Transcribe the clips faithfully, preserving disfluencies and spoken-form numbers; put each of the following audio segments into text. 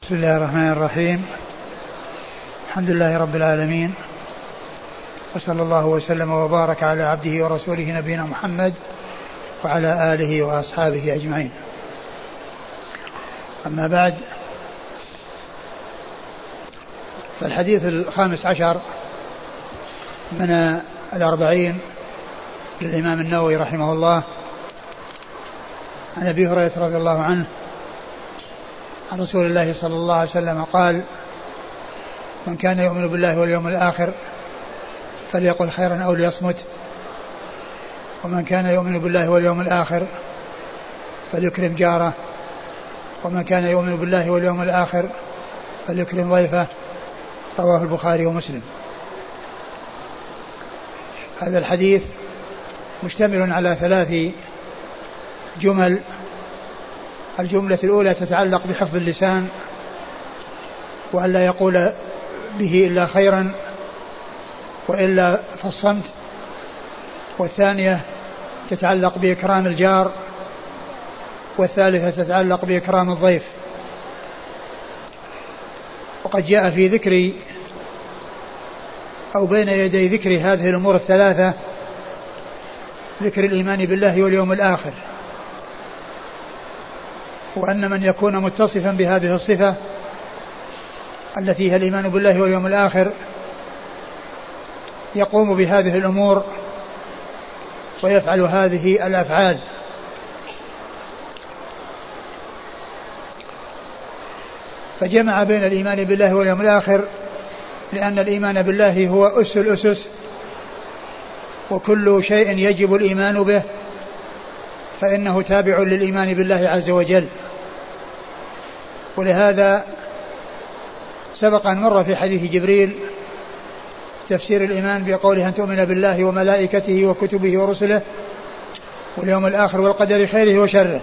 بسم الله الرحمن الرحيم. الحمد لله رب العالمين، وصلى الله وسلم وبارك على عبده ورسوله نبينا محمد وعلى آله وأصحابه أجمعين. أما بعد، فالحديث الخامس عشر من الأربعين للإمام النووي رحمه الله عن أبي هريرة رضي الله عنه عن رسول الله صلى الله عليه وسلم قال: من كان يؤمن بالله واليوم الآخر فليقل خيرا أو ليصمت، ومن كان يؤمن بالله واليوم الآخر فليكرم جاره، ومن كان يؤمن بالله واليوم الآخر فليكرم ضيفه. رواه البخاري ومسلم. هذا الحديث مشتمل على ثلاث جمل. الجملة الأولى تتعلق بحفظ اللسان وأن لا يقول به إلا خيرا وإلا فالصمت، والثانية تتعلق بإكرام الجار، والثالثة تتعلق بإكرام الضيف. وقد جاء في ذكر أو بين يدي ذكر هذه الأمور الثلاثة ذكر الإيمان بالله واليوم الآخر، وأن من يكون متصفا بهذه الصفة التي هي الإيمان بالله واليوم الآخر يقوم بهذه الأمور ويفعل هذه الأفعال. فجمع بين الإيمان بالله واليوم الآخر لأن الإيمان بالله هو أس الأسس، وكل شيء يجب الإيمان به فإنه تابع للإيمان بالله عز وجل. ولهذا سبق أن مر في حديث جبريل تفسير الإيمان بقوله أن تؤمن بالله وملائكته وكتبه ورسله واليوم الآخر والقدر خيره وشره.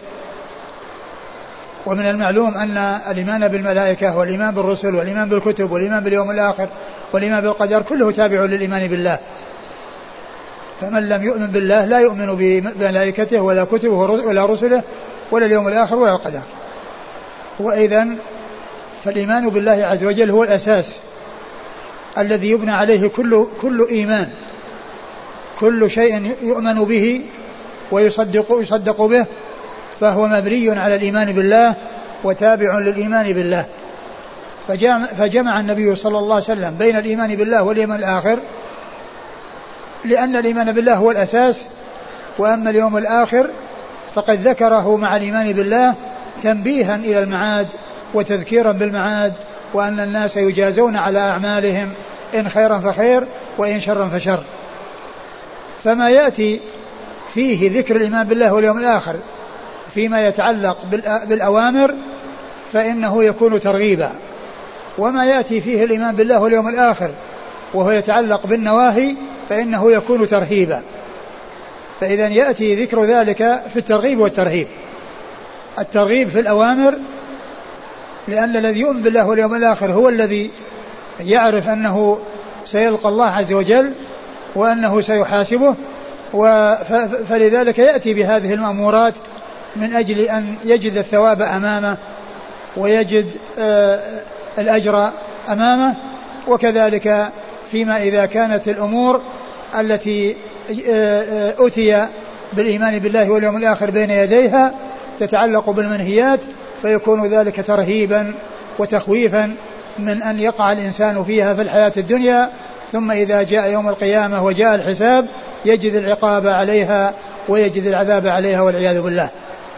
ومن المعلوم أن الإيمان بالملائكة والإيمان بالرسل والإيمان بالكتب والإيمان باليوم الآخر والإيمان بالقدر كله تابع للإيمان بالله، فمن لم يؤمن بالله لا يؤمن بملائكته ولا كتبه ولا رسله ولا اليوم الآخر ولا القدر. وإذن فالإيمان بالله عز وجل هو الأساس الذي يبنى عليه كل, كل إيمان. كل شيء يؤمن به ويصدق يصدق به فهو مبني على الإيمان بالله وتابع للإيمان بالله. فجمع, فجمع النبي صلى الله عليه وسلم بين الإيمان بالله واليوم الآخر لأن الإيمان بالله هو الأساس، وأما اليوم الآخر فقد ذكره مع الإيمان بالله تنبيها إلى المعاد وتذكيرا بالمعاد، وأن الناس يجازون على أعمالهم إن خيرا فخير وإن شرا فشر. فما يأتي فيه ذكر الإيمان بالله واليوم الآخر فيما يتعلق بالأوامر فإنه يكون ترغيبا، وما يأتي فيه الإيمان بالله واليوم الآخر وهو يتعلق بالنواهي فإنه يكون ترهيبا. فإذا يأتي ذكر ذلك في الترغيب والترهيب. الترغيب في الأوامر لأن الذي يؤمن بالله واليوم الآخر هو الذي يعرف أنه سيلقى الله عز وجل وأنه سيحاسبه، فلذلك يأتي بهذه المأمورات من أجل أن يجد الثواب أمامه ويجد الأجر أمامه. وكذلك فيما إذا كانت الأمور التي أتي بالإيمان بالله واليوم الآخر بين يديها تتعلق بالمنهيات فيكون ذلك ترهيبا وتخويفا من أن يقع الإنسان فيها في الحياة الدنيا، ثم إذا جاء يوم القيامة وجاء الحساب يجد العقاب عليها ويجد العذاب عليها والعياذ بالله.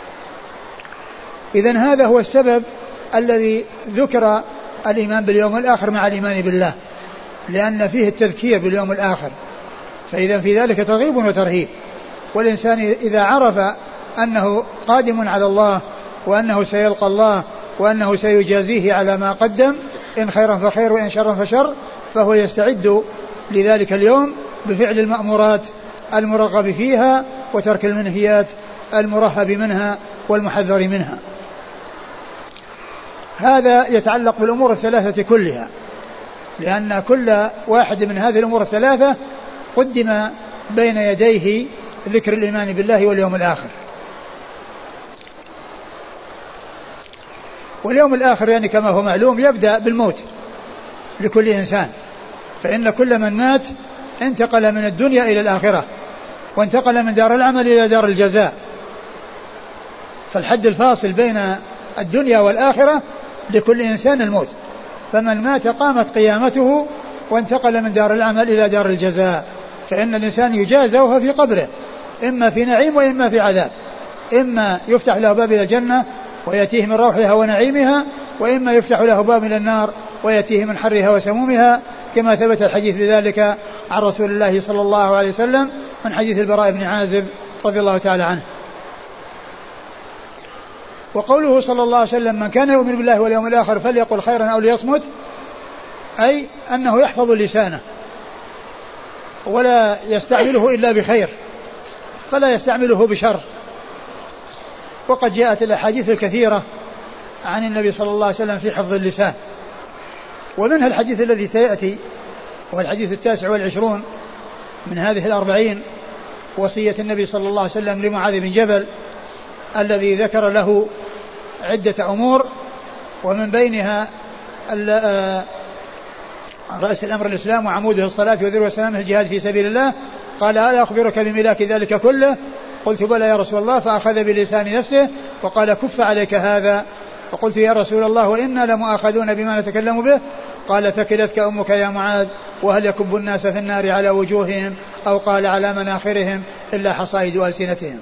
إذن هذا هو السبب الذي ذكر الإيمان باليوم الآخر مع الإيمان بالله، لأن فيه التذكير باليوم الآخر، فإذا في ذلك ترغيب وترهيب. والإنسان إذا عرف أنه قادم على الله وأنه سيلقى الله وأنه سيجازيه على ما قدم إن خيرا فخير وإن شرا فشر، فهو يستعد لذلك اليوم بفعل المأمورات المرغب فيها وترك المنهيات المرهب منها والمحذر منها. هذا يتعلق بالأمور الثلاثة كلها، لأن كل واحد من هذه الأمور الثلاثة قدم بين يديه ذكر الإيمان بالله واليوم الآخر. واليوم الآخر يعني كما هو معلوم يبدأ بالموت لكل إنسان، فإن كل من مات انتقل من الدنيا إلى الآخرة، وانتقل من دار العمل إلى دار الجزاء. فالحد الفاصل بين الدنيا والآخرة لكل إنسان الموت، فمن مات قامت قيامته وانتقل من دار العمل إلى دار الجزاء. فإن الإنسان يجازى وهو في قبره، إما في نعيم وإما في عذاب، إما يفتح له باب إلى الجنة ويأتيه من روحها ونعيمها، وإما يفتح له باب إلى النار ويأتيه من حرها وسمومها، كما ثبت الحديث بذلك عن رسول الله صلى الله عليه وسلم من حديث البراء بن عازب رضي الله تعالى عنه. وقوله صلى الله عليه وسلم من كان يؤمن بالله واليوم الآخر فليقل خيرا أو ليصمت، أي أنه يحفظ لسانه ولا يستعمله إلا بخير، فلا يستعمله بشر. وقد جاءت الأحاديث الكثيرة عن النبي صلى الله عليه وسلم في حفظ اللسان، ومنها الحديث الذي سيأتي وهو الحديث التاسع والعشرون من هذه الأربعين، وصية النبي صلى الله عليه وسلم لمعاذ بن جبل الذي ذكر له عدة أمور، ومن بينها رأس الأمر الإسلام وعموده الصلاة وذروة سلامه الجهاد في سبيل الله. قال ألا أخبرك بملاك ذلك كله؟ قلت بلى يا رسول الله. فأخذ بلسان نفسه وقال كف عليك هذا. فقلت يا رسول الله وإنا لمؤاخذون بما نتكلم به؟ قال ثكلتك أمك يا معاذ، وهل يكب الناس في النار على وجوههم أو قال على مناخرهم إلا حصائد ألسنتهم.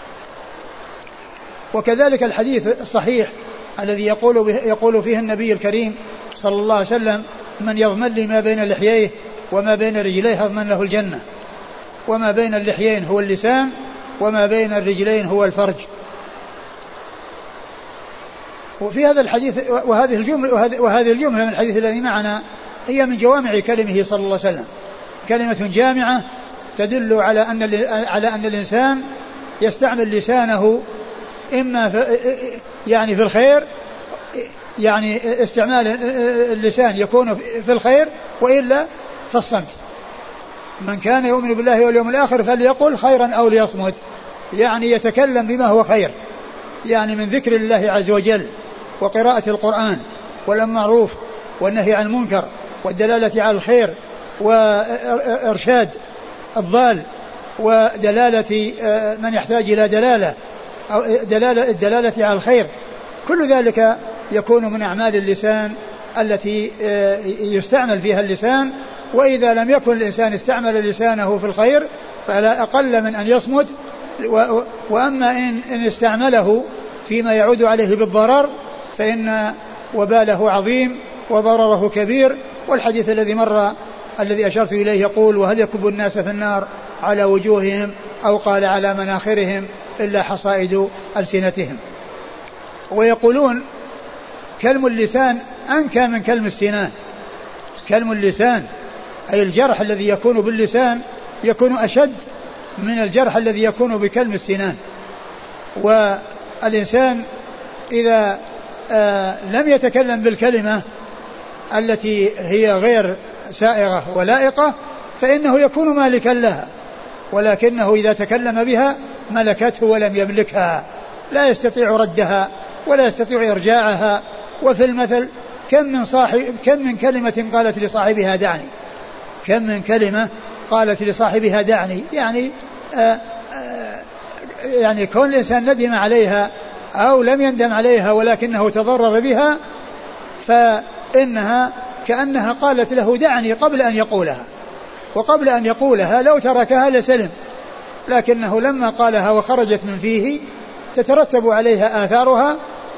وكذلك الحديث الصحيح الذي يقول, يقول فيه النبي الكريم صلى الله عليه وسلم من يضمن لي ما بين لحييه وما بين رجليه أضمن له الجنة. وما بين اللحيين هو اللسان، وما بين الرجلين هو الفرج. وفي هذا الحديث وهذه الجملة, وهذه الجملة من الحديث الذي معنا هي من جوامع كلمه صلى الله عليه وسلم، كلمة جامعة تدل على أن, على أن الإنسان يستعمل لسانه إما في يعني في الخير، يعني استعمال اللسان يكون في الخير، وإلا في الصمت. من كان يؤمن بالله واليوم الآخر فليقل خيرا أو ليصمت، يعني يتكلم بما هو خير، يعني من ذكر الله عز وجل وقراءة القرآن والمعروف والنهي عن المنكر والدلالة على الخير وإرشاد الضال ودلالة من يحتاج إلى دلالة أو دلالة الدلالة على الخير. كل ذلك يكون من أعمال اللسان التي يستعمل فيها اللسان. وإذا لم يكن الإنسان استعمل لسانه في الخير فلا أقل من أن يصمت. وأما إن, إن استعمله فيما يعود عليه بالضرر فإن وباله عظيم وضرره كبير. والحديث الذي مر الذي أشرت إليه يقول وهل يكب الناس في النار على وجوههم أو قال على مناخرهم إلا حصائد ألسنتهم. ويقولون كلم اللسان أنكى من كلم السنان. كلم اللسان أي الجرح الذي يكون باللسان يكون أشد من الجرح الذي يكون بكلم السنان. والإنسان إذا آه لم يتكلم بالكلمة التي هي غير سائغة ولائقة فإنه يكون مالكا لها، ولكنه إذا تكلم بها ملكته ولم يملكها، لا يستطيع ردها ولا يستطيع إرجاعها. وفي المثل كم من صاحب كم من كلمة قالت لصاحبها دعني، كم من كلمة قالت لصاحبها دعني، يعني آآ آآ يعني كون الإنسان ندم عليها أو لم يندم عليها ولكنه تضرر بها فإنها كأنها قالت له دعني قبل أن يقولها، وقبل أن يقولها لو تركها لسلم، لكنه لما قالها وخرجت من فيه تترتب عليها آثارها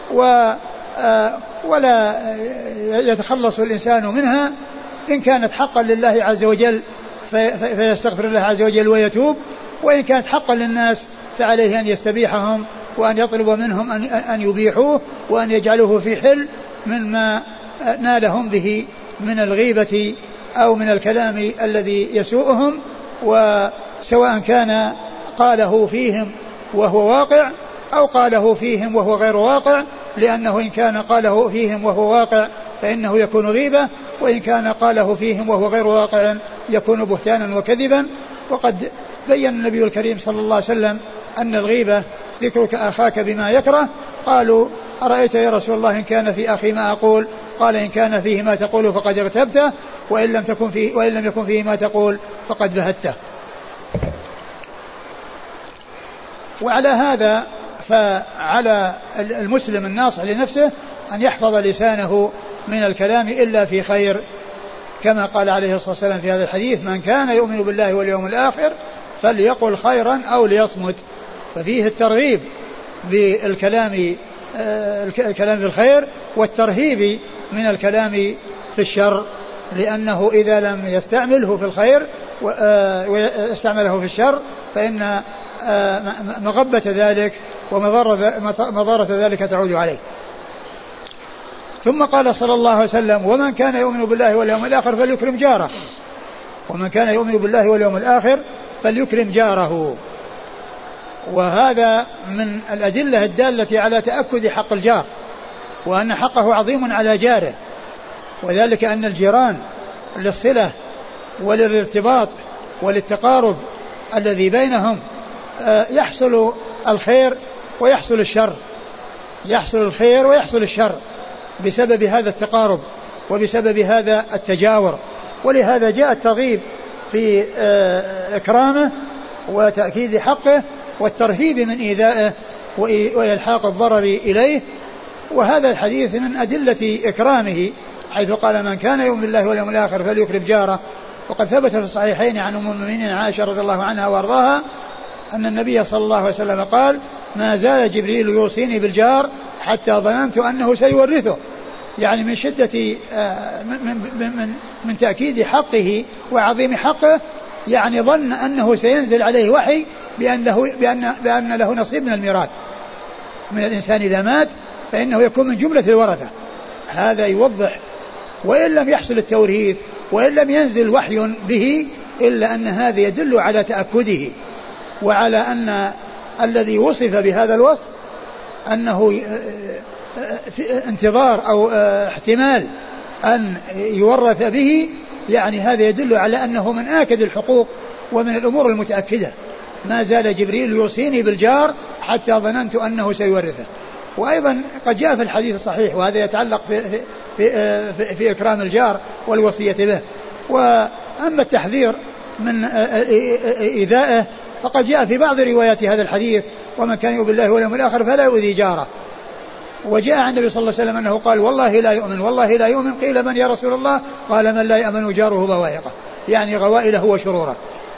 ولا يتخلص الإنسان منها. إن كانت حقا لله عز وجل فيستغفر الله عز وجل ويتوب، وإن كانت حقا للناس فعليه أن يستبيحهم وأن يطلب منهم أن يبيحوه وأن يجعلوه في حل مما نالهم به من الغيبة أو من الكلام الذي يسوءهم، وسواء كان قاله فيهم وهو واقع أو قاله فيهم وهو غير واقع، لأنه إن كان قاله فيهم وهو واقع فإنه يكون غيبة، وإن كان قاله فيهم وهو غير واقع يكون بهتانا وكذبا. وقد بين النبي الكريم صلى الله عليه وسلم أن الغيبة ذكرك أخاك بما يكره. قالوا أرأيت يا رسول الله إن كان في أخي ما أقول؟ قال إن كان فيه ما تقول فقد اغتبته، وإن لم تكن فيه وإن لم يكن فيه ما تقول فقد بهته. وعلى هذا فعلى المسلم الناصح لنفسه أن يحفظ لسانه من الكلام إلا في خير، كما قال عليه الصلاة والسلام في هذا الحديث: من كان يؤمن بالله واليوم الآخر فليقل خيرا أو ليصمت. ففيه الترغيب بالكلام الكلام بالخير والترهيب من الكلام في الشر، لأنه إذا لم يستعمله في الخير ويستعمله في الشر فإن مغبة ذلك ومضارة ذلك تعود عليه. ثم قال صلى الله عليه وسلم: ومن كان يؤمن بالله واليوم الآخر فليكرم جاره. ومن كان يؤمن بالله واليوم الآخر فليكرم جاره. وهذا من الأدلة الدالة على تأكد حق الجار، وأن حقه عظيم على جاره، وذلك أن الجيران للصلة وللارتباط وللتقارب الذي بينهم يحصل الخير ويحصل الشر، يحصل الخير ويحصل الشر بسبب هذا التقارب وبسبب هذا التجاور. ولهذا جاء الترغيب في إكرامه وتأكيد حقه والترهيب من إيذائه وإلحاق الضرر إليه. وهذا الحديث من أدلة إكرامه، حيث قال: من كان يؤمن بالله واليوم الآخر فليكرم جاره. وقد ثبت في الصحيحين عن أم المؤمنين عائشة رضي الله عنها وأرضاها أن النبي صلى الله عليه وسلم قال: ما زال جبريل يوصيني بالجار حتى ظننت أنه سيورثه. يعني من شدة من, من, من تأكيد حقه وعظيم حقه، يعني ظن أنه سينزل عليه وحي بأن له, بأن, بأن له نصيب من الميراث من الإنسان إذا مات، فإنه يكون من جملة الورثة. هذا يوضح، وإن لم يحصل التوريث وإن لم ينزل وحي به، إلا أن هذا يدل على تأكده وعلى أن الذي وصف بهذا الوصف أنه في انتظار أو احتمال أن يورث به، يعني هذا يدل على أنه من آكد الحقوق ومن الأمور المتأكدة. ما زال جبريل يوصيني بالجار حتى ظننت أنه سيورثه. وأيضا قد جاء في الحديث الصحيح، وهذا يتعلق في, في, في, في إكرام الجار والوصية به. وأما التحذير من إيذائه فقد جاء في بعض روايات هذا الحديث: ومن كان يؤمن بالله واليوم الآخر فلا يؤذي جاره. وجاء عن النبي صلى الله عليه وسلم أنه قال: والله لا يؤمن، والله لا يؤمن. قيل: من يا رسول الله؟ قال: من لا يأمن جاره بوائقه، يعني غوائله وشروره.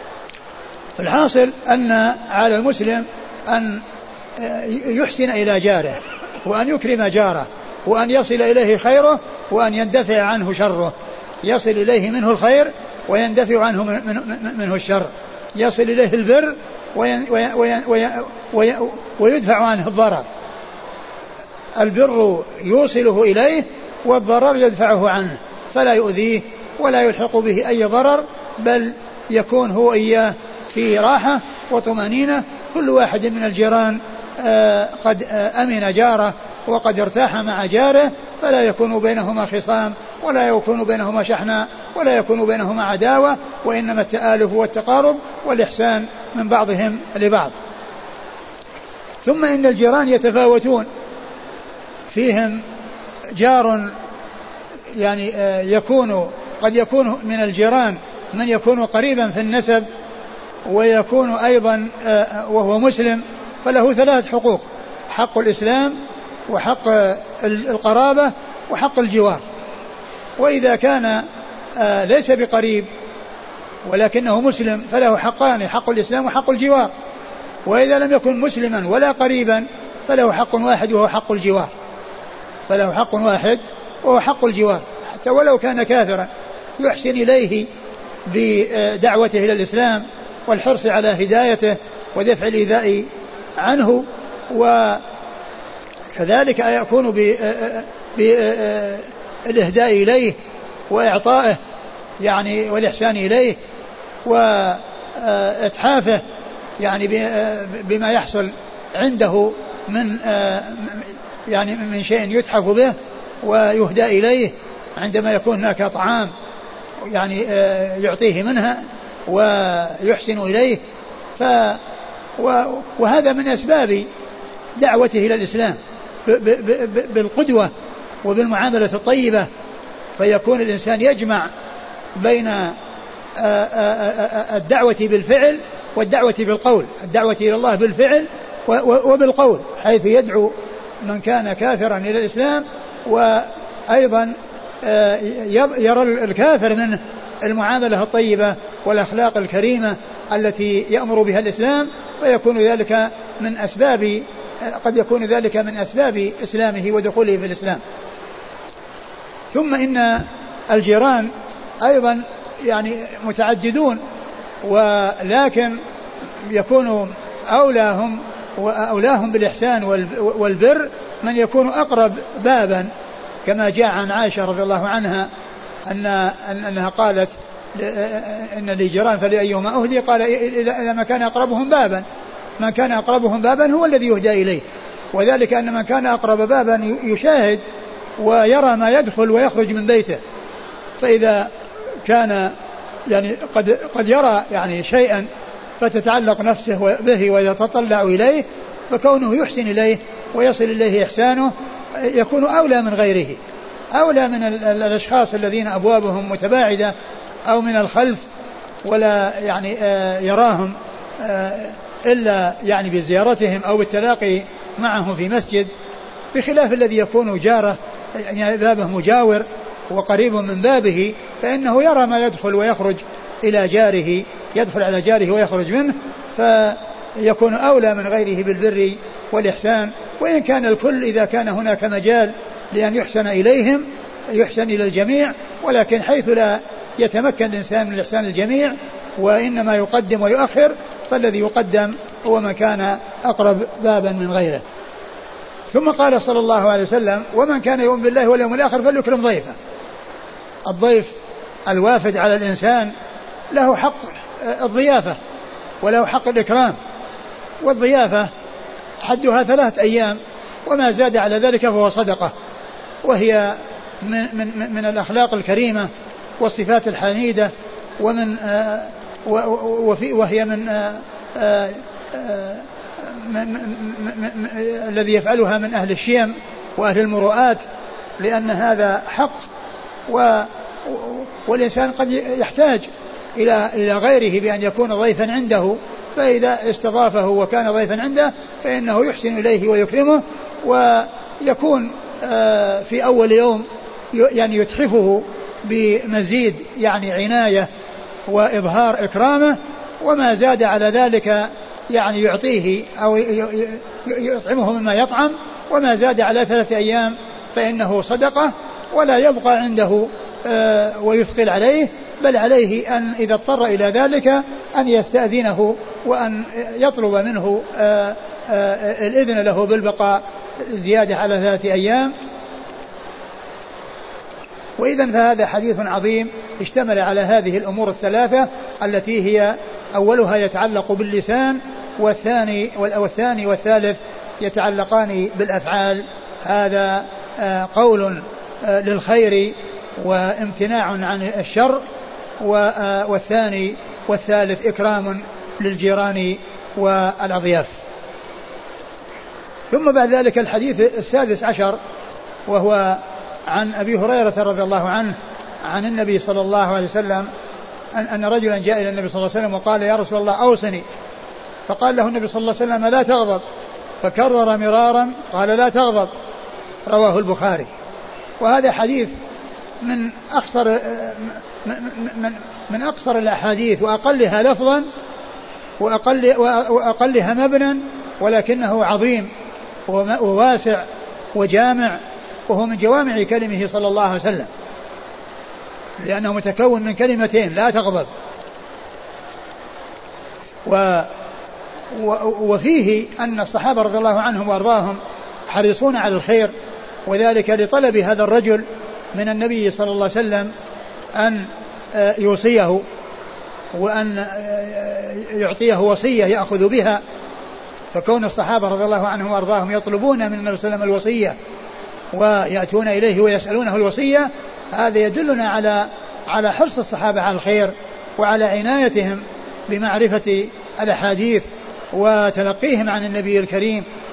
فالحاصل أن على المسلم أن يحسن إلى جاره، وأن يكرم جاره، وأن يصل إليه خيره، وأن يندفع عنه شره. يصل إليه منه الخير ويندفع عنه منه الشر، يصل إليه البر ويدفع عنه الضرر. البر يوصله إليه والضرر يدفعه عنه، فلا يؤذيه ولا يلحق به أي ضرر، بل يكون هو إياه في راحة وطمأنينة. كل واحد من الجيران قد أمن جاره وقد ارتاح مع جاره، فلا يكون بينهما خصام ولا يكون بينهما شحناء ولا يكون بينهما عداوة، وإنما التآلف والتقارب والإحسان من بعضهم لبعض. ثم إن الجيران يتفاوتون، فيهم جار يعني يكون قد يكون من الجيران من يكون قريبا في النسب، ويكون أيضا وهو مسلم، فله ثلاث حقوق: حق الإسلام وحق القرابة وحق الجوار. وإذا كان ليس بقريب ولكنه مسلم فله حقان: حق الإسلام وحق الجوار. وإذا لم يكن مسلما ولا قريبا فله حق واحد وهو حق الجوار، فله حق واحد وهو حق الجوار، حتى ولو كان كافرا يحسن إليه بدعوته إلى الإسلام والحرص على هدايته ودفع الإيذاء عنه. وكذلك يكون بالإهداء إليه وإعطائه يعني والإحسان إليه وإتحافه يعني بما يحصل عنده من يعني من شيء يتحف به ويهدى إليه عندما يكون هناك طعام يعني يعطيه منها ويحسن إليه. ف وهذا من أسباب دعوته إلى الإسلام، بالقدوة وبالمعاملة الطيبة، فيكون الإنسان يجمع بين الدعوة بالفعل والدعوة بالقول، الدعوة إلى الله بالفعل وبالقول، حيث يدعو من كان كافرا إلى الإسلام، وأيضا يرى الكافر منه المعاملة الطيبة والأخلاق الكريمة التي يأمر بها الإسلام، فيكون ذلك من أسباب قد يكون ذلك من أسباب إسلامه ودخوله في الإسلام. ثم إن الجيران أيضا يعني متعددون، ولكن يكون أولاهم وأولاهم بالإحسان والبر من يكون أقرب بابا، كما جاء عن عائشة رضي الله عنها أن أنها قالت إن لي جيران فلأيهما أهدي، قال إلى ما كان أقربهم بابا، من كان أقربهم بابا هو الذي يهدى إليه، وذلك أن من كان أقرب بابا يشاهد ويرى ما يدخل ويخرج من بيته، فإذا كان يعني قد قد يرى يعني شيئا فتتعلق نفسه به ويتطلع إليه، فكونه يحسن إليه ويصل إليه إحسانه يكون أولى من غيره، أولى من الأشخاص الذين أبوابهم متباعدة أو من الخلف ولا يعني يراهم إلا يعني بزيارتهم أو بالتلاقي معهم في مسجد، بخلاف الذي يكون جاره يعني بابه مجاور وقريب من بابه، فإنه يرى ما يدخل ويخرج إلى جاره، يدخل على جاره ويخرج منه، فيكون أولى من غيره بالبر والإحسان. وإن كان الكل إذا كان هناك مجال لأن يحسن إليهم يحسن إلى الجميع، ولكن حيث لا يتمكن الإنسان من إحسان الجميع وإنما يقدم ويؤخر، فالذي يقدم هو من كان أقرب بابا من غيره. ثم قال صلى الله عليه وسلم: ومن كان يؤمن بالله واليوم الآخر فليكرم ضيفه. الضيف الوافد على الإنسان له حق الضيافة وله حق الإكرام، والضيافة حدها ثلاثة أيام، وما زاد على ذلك فهو صدقة، وهي من, من, من الأخلاق الكريمة والصفات الحميدة، ومن آه وفي وهي من, آه آه من, من, من, من الذي يفعلها من أهل الشيم وأهل المروءات، لأن هذا حق، و والإنسان قد يحتاج إلى إلى غيره بأن يكون ضيفا عنده، فإذا استضافه وكان ضيفا عنده فإنه يحسن إليه ويكرمه، ويكون في أول يوم يعني يتحفه بمزيد يعني عناية وإظهار إكرامه، وما زاد على ذلك يعني يعطيه أو يطعمه مما يطعم، وما زاد على ثلاثة أيام فإنه صدقة، ولا يبقى عنده ويثقل عليه، بل عليه أن إذا اضطر إلى ذلك أن يستأذنه وأن يطلب منه الإذن له بالبقاء زيادة على ثلاثة أيام. وإذن فهذا حديث عظيم اشتمل على هذه الأمور الثلاثة التي هي أولها يتعلق باللسان، والثاني والثاني والثالث يتعلقان بالأفعال. هذا قول للخير وامتناع عن الشر، والثاني والثالث إكرام للجيران والأضياف. ثم بعد ذلك الحديث السادس عشر، وهو عن أبي هريرة رضي الله عنه عن النبي صلى الله عليه وسلم أن رجلا جاء إلى النبي صلى الله عليه وسلم وقال: يا رسول الله أوصني. فقال له النبي صلى الله عليه وسلم: لا تغضب. فكرر مرارا قال: لا تغضب. رواه البخاري. وهذا حديث من أقصر من, من أقصر الأحاديث وأقلها لفظا وأقل وأقلها مبنى، ولكنه عظيم وواسع وجامع، وهو من جوامع كلمه صلى الله عليه وسلم، لأنه متكون من كلمتين: لا تغضب. و وفيه أن الصحابة رضي الله عنهم وأرضاهم حريصون على الخير، وذلك لطلب هذا الرجل من النبي صلى الله عليه وسلم أن يوصيه وأن يعطيه وصية يأخذ بها. فكون الصحابة رضي الله عنهم وأرضاهم يطلبون من النبي صلى الله عليه وسلم الوصية ويأتون إليه ويسألونه الوصية، هذا يدلنا على على حرص الصحابة على الخير وعلى عنايتهم بمعرفة الأحاديث وتلقيهم عن النبي الكريم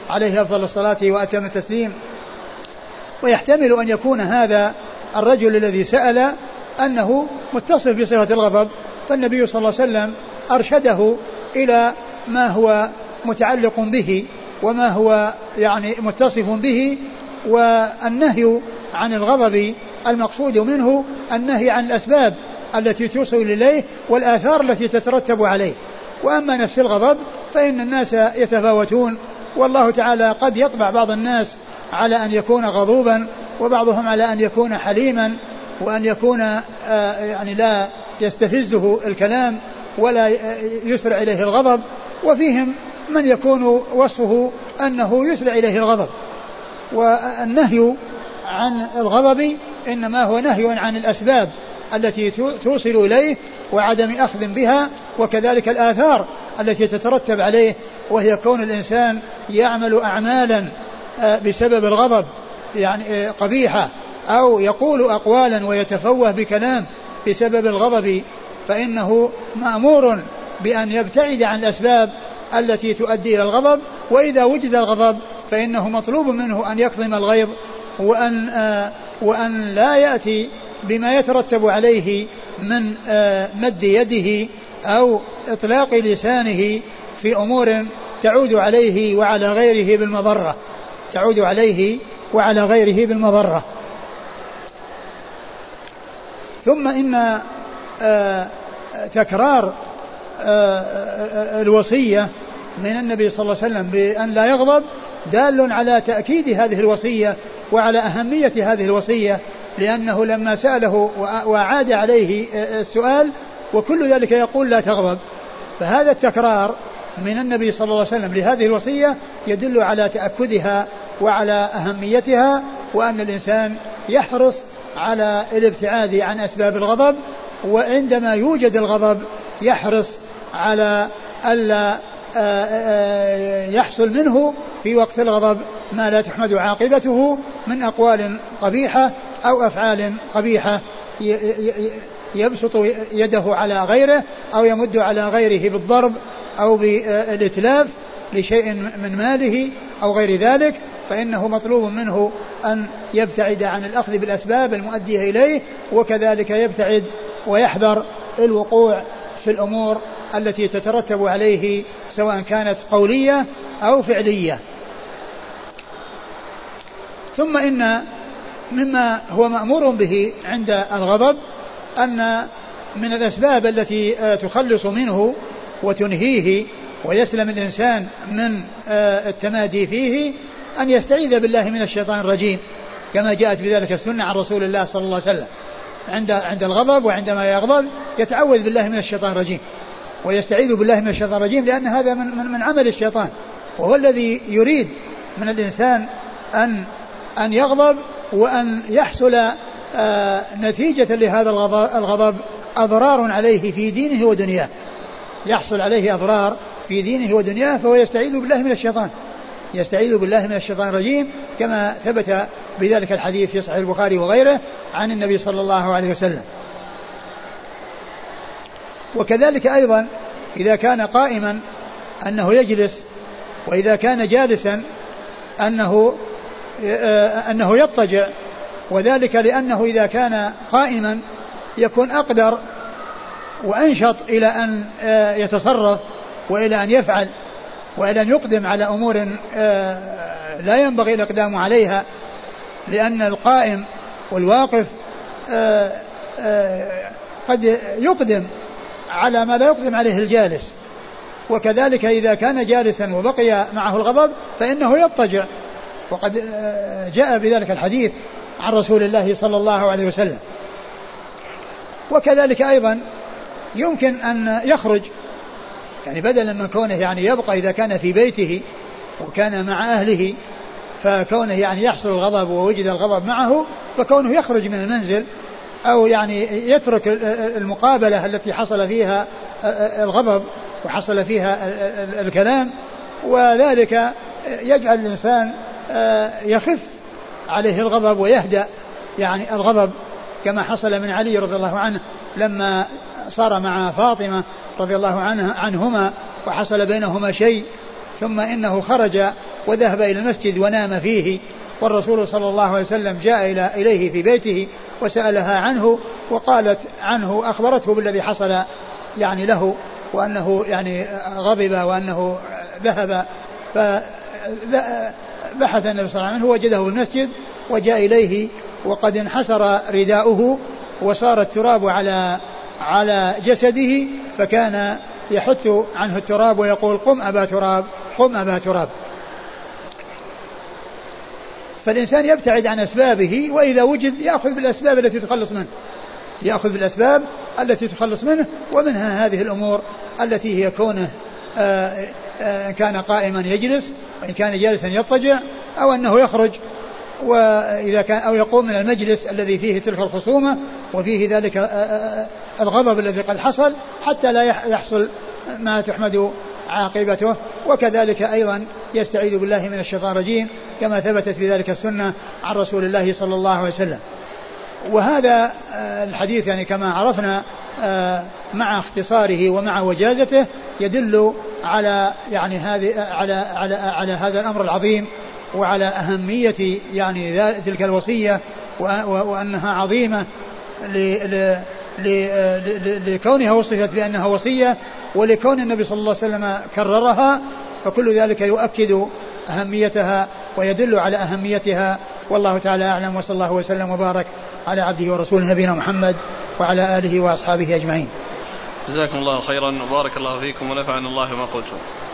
عليه أفضل الصلاة وأتم التسليم. ويحتمل أن يكون هذا الرجل الذي سأل أنه متصف بصفة الغضب، فالنبي صلى الله عليه وسلم أرشده إلى ما هو متعلق به وما هو يعني متصف به. والنهي عن الغضب المقصود منه النهي عن الأسباب التي توصل إليه والآثار التي تترتب عليه. وأما نفس الغضب فإن الناس يتفاوتون، والله تعالى قد يطبع بعض الناس على أن يكون غضوبا، وبعضهم على أن يكون حليما، وأن يكون يعني لا يستفزه الكلام ولا يسرع إليه الغضب، وفيهم من يكون وصفه أنه يسرع إليه الغضب. والنهي عن الغضب إنما هو نهي عن الأسباب التي توصل إليه وعدم أخذ بها، وكذلك الآثار التي تترتب عليه، وهي كون الإنسان يعمل أعمالا بسبب الغضب يعني قبيحة، أو يقول أقوالا ويتفوه بكلام بسبب الغضب، فإنه مأمور بأن يبتعد عن الأسباب التي تؤدي إلى الغضب. وإذا وجد الغضب فإنه مطلوب منه أن يكظم الغيظ، وأن, آه وأن لا يأتي بما يترتب عليه من آه مد يده أو إطلاق لسانه في أمور تعود عليه وعلى غيره بالمضرة تعود عليه وعلى غيره بالمضرة. ثم إن آه تكرار آه الوصية من النبي صلى الله عليه وسلم بأن لا يغضب دال على تأكيد هذه الوصية وعلى أهمية هذه الوصية، لأنه لما سأله وعاد عليه السؤال وكل ذلك يقول لا تغضب، فهذا التكرار من النبي صلى الله عليه وسلم لهذه الوصية يدل على تأكدها وعلى أهميتها، وأن الإنسان يحرص على الابتعاد عن أسباب الغضب، وعندما يوجد الغضب يحرص على ألا يحصل منه في وقت الغضب ما لا تحمد عاقبته من أقوال قبيحة أو أفعال قبيحة يبسط يده على غيره أو يمد على غيره بالضرب أو بالإتلاف لشيء من ماله أو غير ذلك، فإنه مطلوب منه أن يبتعد عن الأخذ بالأسباب المؤدية إليه، وكذلك يبتعد ويحذر الوقوع في الأمور التي تترتب عليه سواء كانت قولية أو فعلية. ثم إن مما هو مأمور به عند الغضب أن من الأسباب التي تخلص منه وتنهيه ويسلم الإنسان من التمادي فيه أن يستعيذ بالله من الشيطان الرجيم، كما جاءت بذلك السنة عن رسول الله صلى الله عليه وسلم عند عند الغضب، وعندما يغضب يتعوذ بالله من الشيطان الرجيم ويستعيذ بالله من الشيطان الرجيم، لأن هذا من, من, من عمل الشيطان، وهو الذي يريد من الإنسان أن أن يغضب وأن يحصل آه نتيجة لهذا الغضب أضرار عليه في دينه ودنياه، يحصل عليه أضرار في دينه ودنياه، فهو يستعيذ بالله من الشيطان يستعيذ بالله من الشيطان الرجيم، كما ثبت بذلك الحديث في صحيح البخاري وغيره عن النبي صلى الله عليه وسلم. وكذلك أيضا إذا كان قائما أنه يجلس، وإذا كان جالسا أنه أنه يضطجع، وذلك لأنه إذا كان قائما يكون أقدر وأنشط إلى أن يتصرف وإلى أن يفعل وإلى أن يقدم على أمور لا ينبغي الإقدام عليها، لأن القائم والواقف قد يقدم على ما لا يقدم عليه الجالس. وكذلك إذا كان جالسا وبقي معه الغضب فإنه يضطجع، وقد جاء بذلك الحديث عن رسول الله صلى الله عليه وسلم. وكذلك أيضا يمكن أن يخرج، يعني بدلا من كونه يعني يبقى إذا كان في بيته وكان مع أهله، فكونه يعني يحصل الغضب ووجد الغضب معه، فكونه يخرج من المنزل أو يعني يترك المقابلة التي حصل فيها الغضب وحصل فيها الكلام، وذلك يجعل الإنسان يخف عليه الغضب ويهدأ يعني الغضب، كما حصل من علي رضي الله عنه لما صار مع فاطمة رضي الله عنه عنهما وحصل بينهما شيء، ثم إنه خرج وذهب إلى المسجد ونام فيه، والرسول صلى الله عليه وسلم جاء إلى إليه في بيته وسألها عنه، وقالت عنه أخبرته بالذي حصل يعني له، وأنه يعني غضب وأنه ذهب. فبحث النبي صلى الله عليه وسلم وجده في المسجد وجاء إليه وقد انحسر رداؤه وصار التراب على على جسده، فكان يحث عنه التراب ويقول قم أبا تراب قم أبا تراب. فالإنسان يبتعد عن أسبابه، وإذا وجد يأخذ بالأسباب التي تخلص منه يأخذ بالأسباب التي تخلص منه ومنها هذه الأمور التي هي كونه آآ آآ كان قائما يجلس، وإن كان جالسا يضطجع، أو أنه يخرج وإذا كان أو يقوم من المجلس الذي فيه تلك الخصومة وفيه ذلك الغضب الذي قد حصل، حتى لا يحصل ما تحمد عاقبته. وكذلك أيضا يستعيذ بالله من الشيطان الرجيم كما ثبتت في ذلك السنة عن رسول الله صلى الله عليه وسلم. وهذا الحديث يعني كما عرفنا مع اختصاره ومع وجازته يدل على يعني هذه على على على هذا الأمر العظيم وعلى أهمية يعني تلك الوصية، وأنها عظيمة لكونها وصفت بأنها وصية، ولكون النبي صلى الله عليه وسلم كررها، فكل ذلك يؤكد أهميتها ويدل على أهميتها. والله تعالى أعلم، وصلى الله وسلم وبارك على عبده ورسوله نبينا محمد وعلى آله وأصحابه أجمعين. جزاكم الله خيرا وبارك الله فيكم ونفعنا الله ما قلتم.